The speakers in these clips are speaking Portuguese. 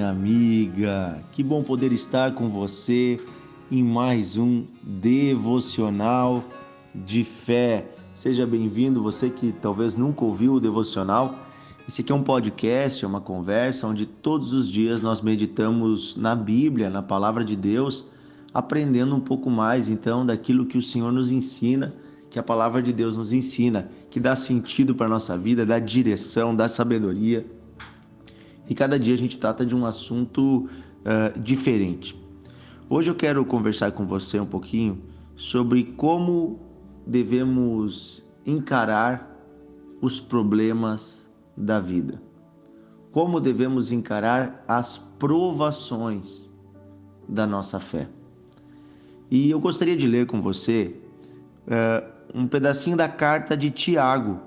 minha amiga, que bom poder estar com você em mais um devocional de fé. Seja bem-vindo, você que talvez nunca ouviu o devocional. Esse aqui é um podcast, é uma conversa onde todos os dias nós meditamos na Bíblia, na Palavra de Deus, aprendendo um pouco mais então daquilo que o Senhor nos ensina, que a Palavra de Deus nos ensina, que dá sentido para a nossa vida, dá direção, dá sabedoria. E cada dia a gente trata de um assunto diferente. Hoje eu quero conversar com você um pouquinho sobre como devemos encarar os problemas da vida. Como devemos encarar as provações da nossa fé. E eu gostaria de ler com você um pedacinho da carta de Tiago.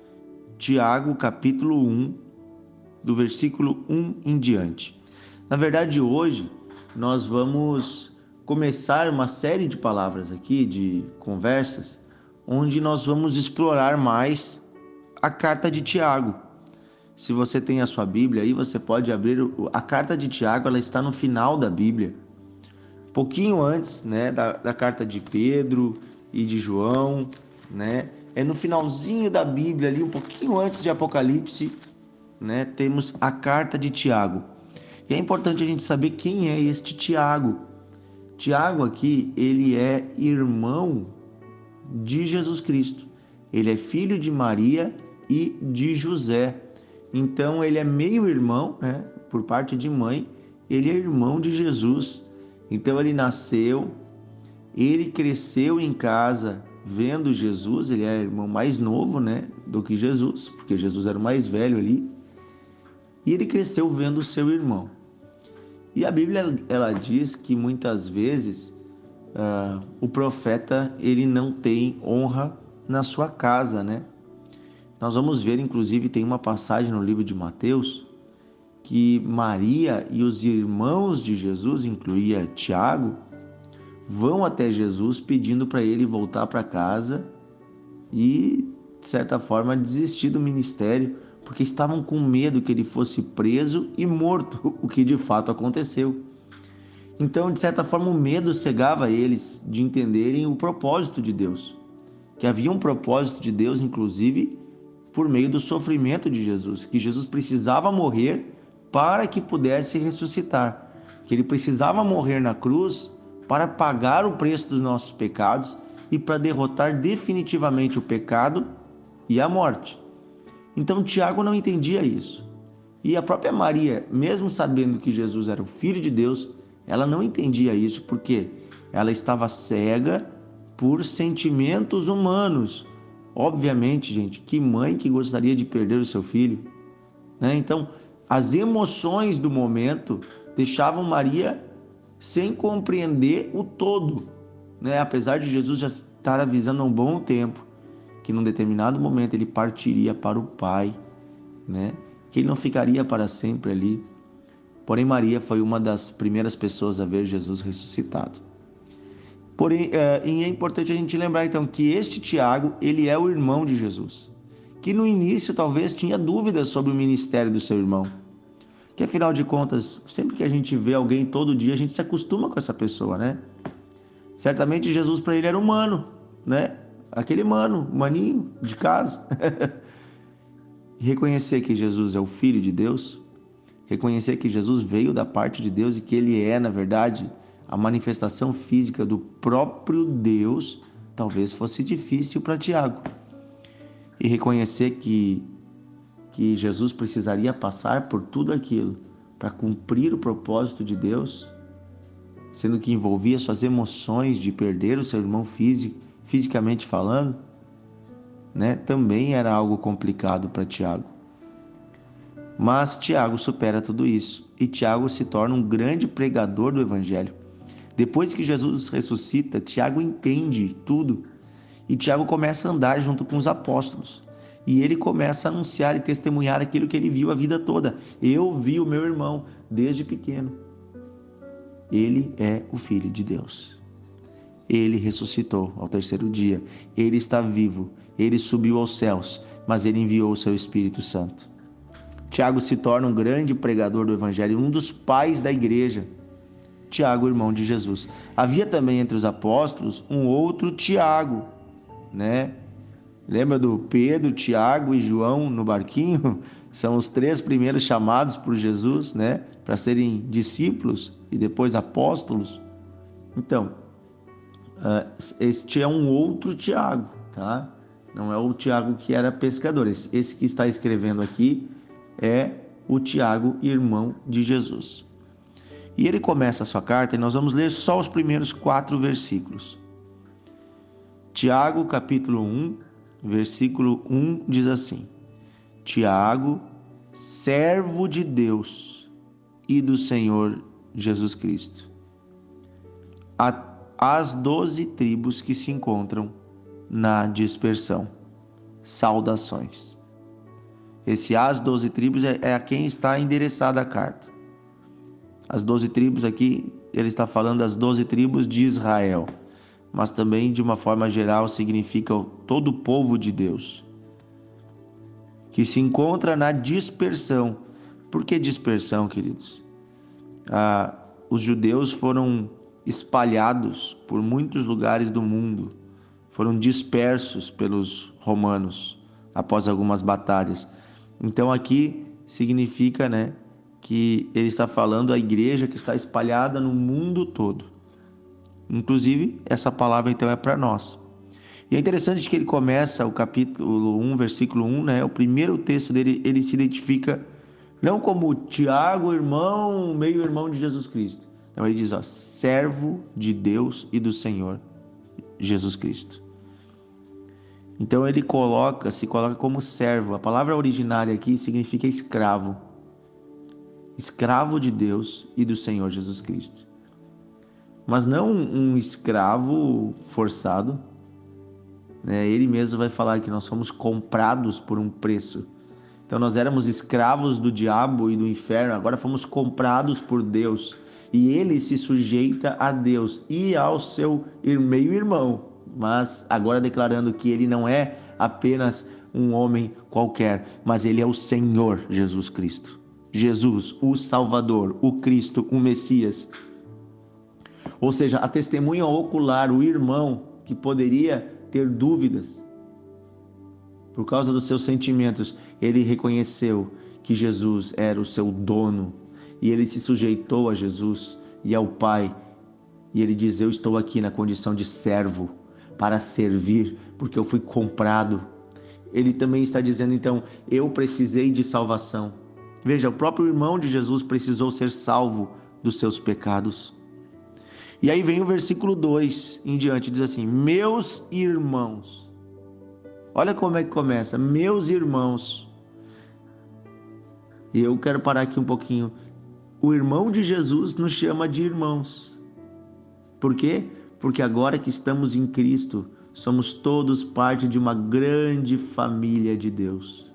Tiago, capítulo 1, do versículo 1 em diante. Na verdade, hoje nós vamos começar uma série de palavras aqui, de conversas, onde nós vamos explorar mais a carta de Tiago. Se você tem a sua Bíblia aí, você pode abrir a carta de Tiago, ela está no final da Bíblia. Pouquinho antes, né, da carta de Pedro e de João, né? É no finalzinho da Bíblia ali, um pouquinho antes de Apocalipse, né, temos a carta de Tiago. E é importante a gente saber quem é este Tiago. Tiago aqui, ele é irmão de Jesus Cristo. Ele é filho de Maria e de José. Então ele é meio irmão, né, por parte de mãe, ele é irmão de Jesus. Então ele nasceu, ele cresceu em casa vendo Jesus, ele é irmão mais novo, né, do que Jesus, porque Jesus era o mais velho ali. E ele cresceu vendo o seu irmão. E a Bíblia ela diz que muitas vezes o profeta ele não tem honra na sua casa, né? Nós vamos ver, inclusive, tem uma passagem no livro de Mateus que Maria e os irmãos de Jesus, incluía Tiago, vão até Jesus pedindo para ele voltar para casa e, de certa forma, desistir do ministério, porque estavam com medo que ele fosse preso e morto, o que de fato aconteceu. Então, de certa forma, o medo cegava eles de entenderem o propósito de Deus, que havia um propósito de Deus, inclusive, por meio do sofrimento de Jesus, que Jesus precisava morrer para que pudesse ressuscitar, que ele precisava morrer na cruz para pagar o preço dos nossos pecados e para derrotar definitivamente o pecado e a morte. Então Tiago não entendia isso. E a própria Maria, mesmo sabendo que Jesus era o Filho de Deus, ela não entendia isso porque ela estava cega por sentimentos humanos. Obviamente, gente, que mãe que gostaria de perder o seu filho, né? Então, as emoções do momento deixavam Maria sem compreender o todo, né? Apesar de Jesus já estar avisando há um bom tempo que num determinado momento ele partiria para o Pai, né? Que ele não ficaria para sempre ali. Porém, Maria foi uma das primeiras pessoas a ver Jesus ressuscitado. Porém, é importante a gente lembrar então que este Tiago, ele é o irmão de Jesus, que no início talvez tinha dúvidas sobre o ministério do seu irmão. Que afinal de contas, sempre que a gente vê alguém todo dia, a gente se acostuma com essa pessoa, né? Certamente Jesus para ele era humano, né? Aquele maninho de casa. Reconhecer que Jesus é o Filho de Deus, reconhecer que Jesus veio da parte de Deus e que ele é, na verdade, a manifestação física do próprio Deus, talvez fosse difícil para Tiago. E reconhecer que Jesus precisaria passar por tudo aquilo para cumprir o propósito de Deus, sendo que envolvia suas emoções de perder o seu irmão fisicamente falando, né? Também era algo complicado para Tiago. Mas Tiago supera tudo isso e Tiago se torna um grande pregador do Evangelho. Depois que Jesus ressuscita, Tiago entende tudo e Tiago começa a andar junto com os apóstolos. E ele começa a anunciar e testemunhar aquilo que ele viu a vida toda. Eu vi o meu irmão desde pequeno. Ele é o Filho de Deus. Ele ressuscitou ao terceiro dia. Ele está vivo. Ele subiu aos céus, mas ele enviou o seu Espírito Santo. Tiago se torna um grande pregador do evangelho, um dos pais da igreja. Tiago, irmão de Jesus. Havia também entre os apóstolos um outro Tiago, né? Lembra do Pedro, Tiago e João no barquinho? São os 3 primeiros chamados por Jesus, né? Para serem discípulos e depois apóstolos. Então, este é um outro Tiago, tá? Não é o Tiago que era pescador. Esse que está escrevendo aqui é o Tiago, irmão de Jesus. E ele começa a sua carta e nós vamos ler só os primeiros 4 versículos. Tiago, capítulo 1, versículo 1 diz assim: Tiago, servo de Deus e do Senhor Jesus Cristo, às 12 tribos que se encontram na dispersão, saudações. Esse às 12 tribos é a quem está endereçada a carta. As 12 tribos aqui, ele está falando das 12 tribos de Israel, mas também de uma forma geral significa todo o povo de Deus, que se encontra na dispersão. Por que dispersão, queridos? Os judeus foram espalhados por muitos lugares do mundo, foram dispersos pelos romanos após algumas batalhas. Então aqui significa, né, que ele está falando a igreja que está espalhada no mundo todo. Inclusive, essa palavra então é para nós. E é interessante que ele começa o capítulo 1, versículo 1, né? O primeiro texto dele, ele se identifica não como Tiago, irmão, meio-irmão de Jesus Cristo. Então ele diz, servo de Deus e do Senhor Jesus Cristo. Então ele se coloca como servo. A palavra originária aqui significa escravo. Escravo de Deus e do Senhor Jesus Cristo. Mas não um escravo forçado, né? Ele mesmo vai falar que nós fomos comprados por um preço. Então nós éramos escravos do diabo e do inferno, agora fomos comprados por Deus. E ele se sujeita a Deus e ao seu meio-irmão, mas agora declarando que ele não é apenas um homem qualquer, mas ele é o Senhor Jesus Cristo. Jesus, o Salvador, o Cristo, o Messias. Ou seja, a testemunha ocular, o irmão que poderia ter dúvidas por causa dos seus sentimentos, ele reconheceu que Jesus era o seu dono e ele se sujeitou a Jesus e ao Pai. E ele diz, eu estou aqui na condição de servo para servir, porque eu fui comprado. Ele também está dizendo, então, eu precisei de salvação. Veja, o próprio irmão de Jesus precisou ser salvo dos seus pecados. E aí vem o versículo 2 em diante, diz assim, meus irmãos. Olha como é que começa, meus irmãos. E eu quero parar aqui um pouquinho. O irmão de Jesus nos chama de irmãos. Por quê? Porque agora que estamos em Cristo, somos todos parte de uma grande família de Deus.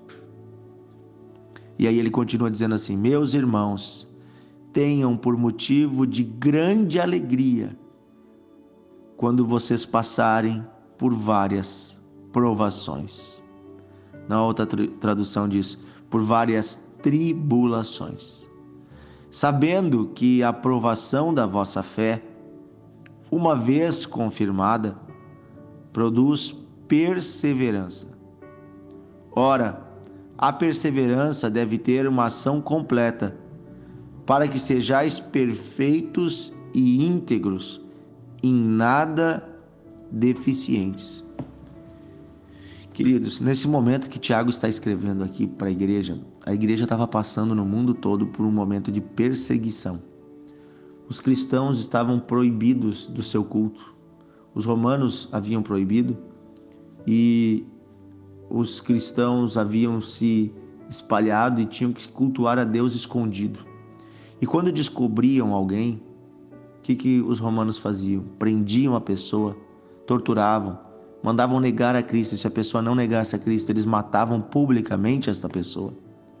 E aí ele continua dizendo assim, meus irmãos, tenham por motivo de grande alegria quando vocês passarem por várias provações. Na outra tradução diz, por várias tribulações. Sabendo que a provação da vossa fé, uma vez confirmada, produz perseverança. Ora, a perseverança deve ter uma ação completa, para que sejais perfeitos e íntegros, em nada deficientes. Queridos, nesse momento que Tiago está escrevendo aqui para a igreja estava passando no mundo todo por um momento de perseguição. Os cristãos estavam proibidos do seu culto. Os romanos haviam proibido e os cristãos haviam se espalhado e tinham que cultuar a Deus escondido. E quando descobriam alguém, o que os romanos faziam? Prendiam a pessoa, torturavam, mandavam negar a Cristo. E se a pessoa não negasse a Cristo, eles matavam publicamente esta pessoa.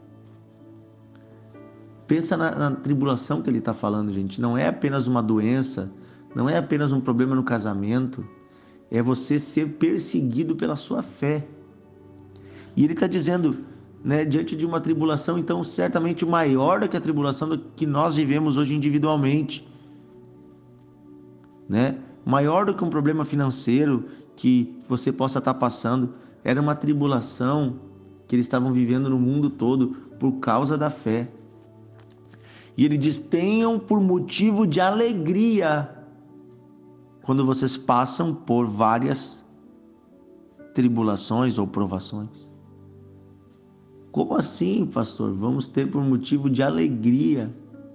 Pensa na tribulação que ele está falando, gente. Não é apenas uma doença, não é apenas um problema no casamento, é você ser perseguido pela sua fé. E ele está dizendo, né, diante de uma tribulação, então, certamente maior do que a tribulação que nós vivemos hoje individualmente, né? Maior do que um problema financeiro que você possa estar passando, era uma tribulação que eles estavam vivendo no mundo todo por causa da fé. E ele diz: tenham por motivo de alegria quando vocês passam por várias tribulações ou provações. Como assim, pastor? Vamos ter por motivo de alegria.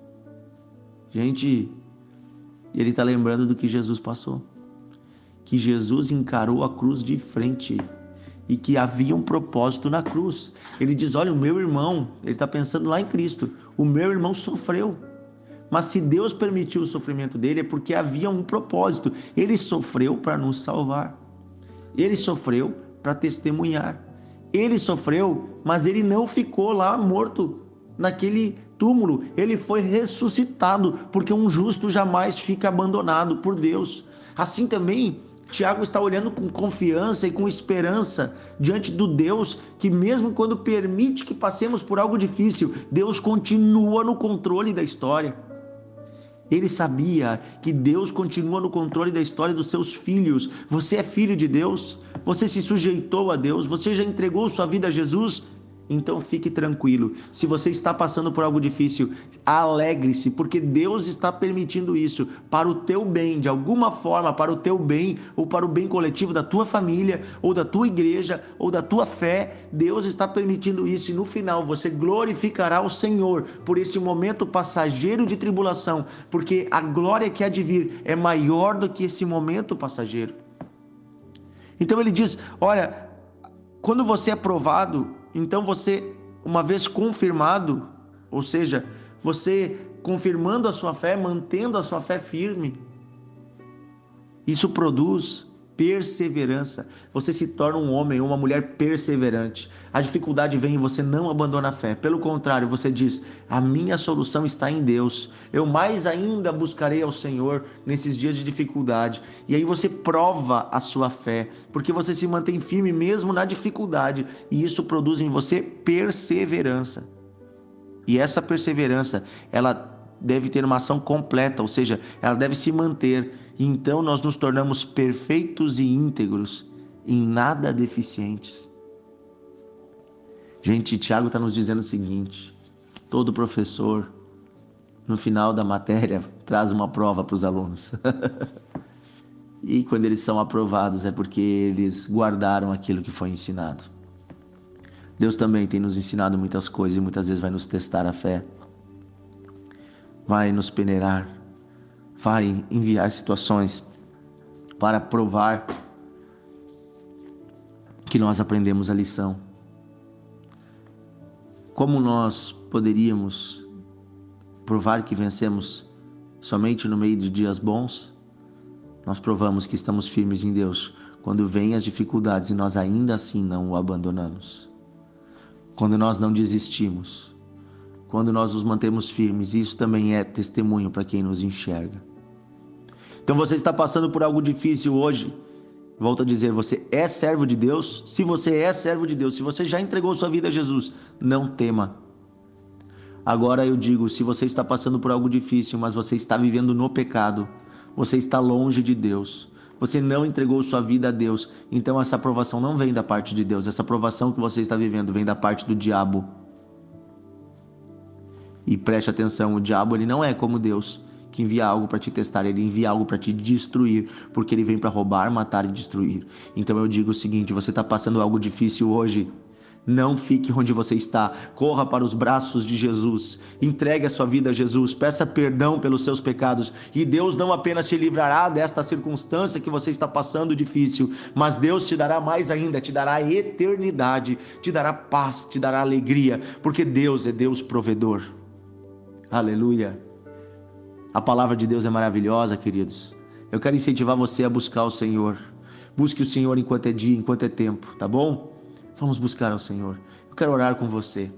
Gente, ele está lembrando do que Jesus passou. Que Jesus encarou a cruz de frente e que havia um propósito na cruz. Ele diz: olha, o meu irmão, ele está pensando lá em Cristo, o meu irmão sofreu. Mas se Deus permitiu o sofrimento dele é porque havia um propósito. Ele sofreu para nos salvar. Ele sofreu para testemunhar. Ele sofreu, mas ele não ficou lá morto naquele túmulo. Ele foi ressuscitado, porque um justo jamais fica abandonado por Deus. Assim também, Tiago está olhando com confiança e com esperança diante do Deus que, mesmo quando permite que passemos por algo difícil, Deus continua no controle da história. Ele sabia que Deus continua no controle da história dos seus filhos. Você é filho de Deus? Você se sujeitou a Deus? Você já entregou sua vida a Jesus? Então fique tranquilo. Se você está passando por algo difícil, alegre-se, porque Deus está permitindo isso para o teu bem, de alguma forma, para o teu bem ou para o bem coletivo da tua família, ou da tua igreja, ou da tua fé. Deus está permitindo isso e no final você glorificará o Senhor por este momento passageiro de tribulação, porque a glória que há de vir é maior do que esse momento passageiro. Então ele diz: olha, quando você é provado, então você, uma vez confirmado, ou seja, você confirmando a sua fé, mantendo a sua fé firme, isso produz perseverança. Você se torna um homem ou uma mulher perseverante. A dificuldade vem e você não abandona a fé. Pelo contrário, você diz: a minha solução está em Deus. Eu mais ainda buscarei ao Senhor nesses dias de dificuldade. E aí você prova a sua fé, porque você se mantém firme mesmo na dificuldade. E isso produz em você perseverança. E essa perseverança, ela deve ter uma ação completa, ou seja, ela deve se manter. Então nós nos tornamos perfeitos e íntegros, em nada deficientes. Gente, Tiago está nos dizendo o seguinte: todo professor, no final da matéria, traz uma prova para os alunos. E quando eles são aprovados é porque eles guardaram aquilo que foi ensinado. Deus também tem nos ensinado muitas coisas e muitas vezes vai nos testar a fé, vai nos peneirar, vai enviar situações para provar que nós aprendemos a lição. Como nós poderíamos provar que vencemos somente no meio de dias bons? Nós provamos que estamos firmes em Deus quando vêm as dificuldades e nós ainda assim não o abandonamos. Quando nós não desistimos, quando nós nos mantemos firmes, isso também é testemunho para quem nos enxerga. Então você está passando por algo difícil hoje, volto a dizer, você é servo de Deus? Se você é servo de Deus, se você já entregou sua vida a Jesus, não tema. Agora eu digo, se você está passando por algo difícil, mas você está vivendo no pecado, você está longe de Deus, você não entregou sua vida a Deus, então essa aprovação não vem da parte de Deus, essa aprovação que você está vivendo vem da parte do diabo. E preste atenção, o diabo ele não é como Deus, que envia algo para te testar, ele envia algo para te destruir, porque ele vem para roubar, matar e destruir. Então eu digo o seguinte: você está passando algo difícil hoje, não fique onde você está, corra para os braços de Jesus, entregue a sua vida a Jesus, peça perdão pelos seus pecados, e Deus não apenas te livrará desta circunstância que você está passando difícil, mas Deus te dará mais ainda, te dará eternidade, te dará paz, te dará alegria, porque Deus é Deus provedor. Aleluia! A palavra de Deus é maravilhosa, queridos. Eu quero incentivar você a buscar o Senhor. Busque o Senhor enquanto é dia, enquanto é tempo, tá bom? Vamos buscar ao Senhor. Eu quero orar com você.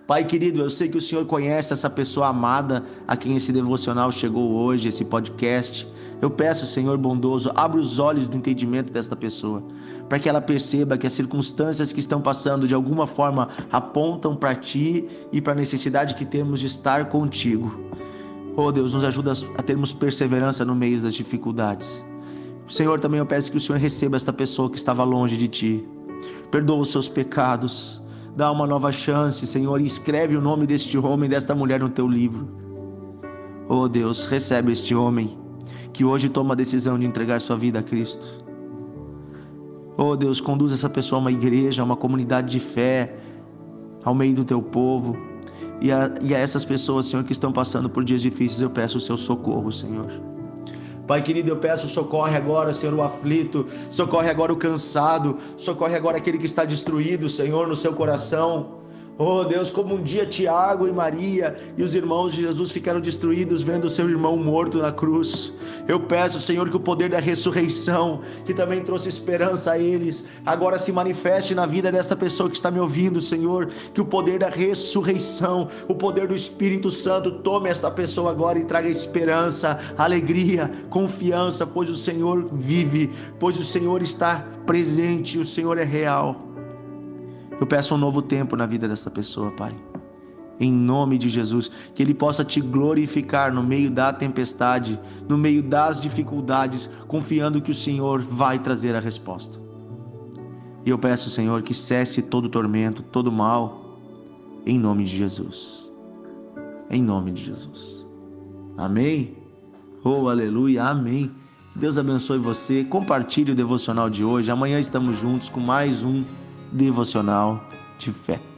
Pai querido, eu sei que o Senhor conhece essa pessoa amada a quem esse devocional chegou hoje, esse podcast. Eu peço, Senhor bondoso, abre os olhos do entendimento desta pessoa, para que ela perceba que as circunstâncias que estão passando de alguma forma apontam para Ti e para a necessidade que temos de estar contigo. Oh Deus, nos ajuda a termos perseverança no meio das dificuldades. Senhor, também eu peço que o Senhor receba esta pessoa que estava longe de Ti. Perdoa os seus pecados, dá uma nova chance, Senhor, e escreve o nome deste homem, desta mulher no Teu livro. Oh Deus, recebe este homem que hoje toma a decisão de entregar sua vida a Cristo. Oh Deus, conduz essa pessoa a uma igreja, a uma comunidade de fé, ao meio do Teu povo. E a essas pessoas, Senhor, que estão passando por dias difíceis, eu peço o Seu socorro, Senhor. Pai querido, eu peço, socorre agora, Senhor, o aflito, socorre agora o cansado, socorre agora aquele que está destruído, Senhor, no seu coração. Oh Deus, como um dia Tiago e Maria e os irmãos de Jesus ficaram destruídos vendo o seu irmão morto na cruz. Eu peço, Senhor, que o poder da ressurreição, que também trouxe esperança a eles, agora se manifeste na vida desta pessoa que está me ouvindo, Senhor. Que o poder da ressurreição, o poder do Espírito Santo tome esta pessoa agora e traga esperança, alegria, confiança, pois o Senhor vive, pois o Senhor está presente, o Senhor é real. Eu peço um novo tempo na vida dessa pessoa, Pai. Em nome de Jesus, que Ele possa Te glorificar no meio da tempestade, no meio das dificuldades, confiando que o Senhor vai trazer a resposta. E eu peço, Senhor, que cesse todo tormento, todo mal, em nome de Jesus. Em nome de Jesus. Amém? Oh, aleluia, amém. Deus abençoe você. Compartilhe o devocional de hoje. Amanhã estamos juntos com mais um devocional de fé.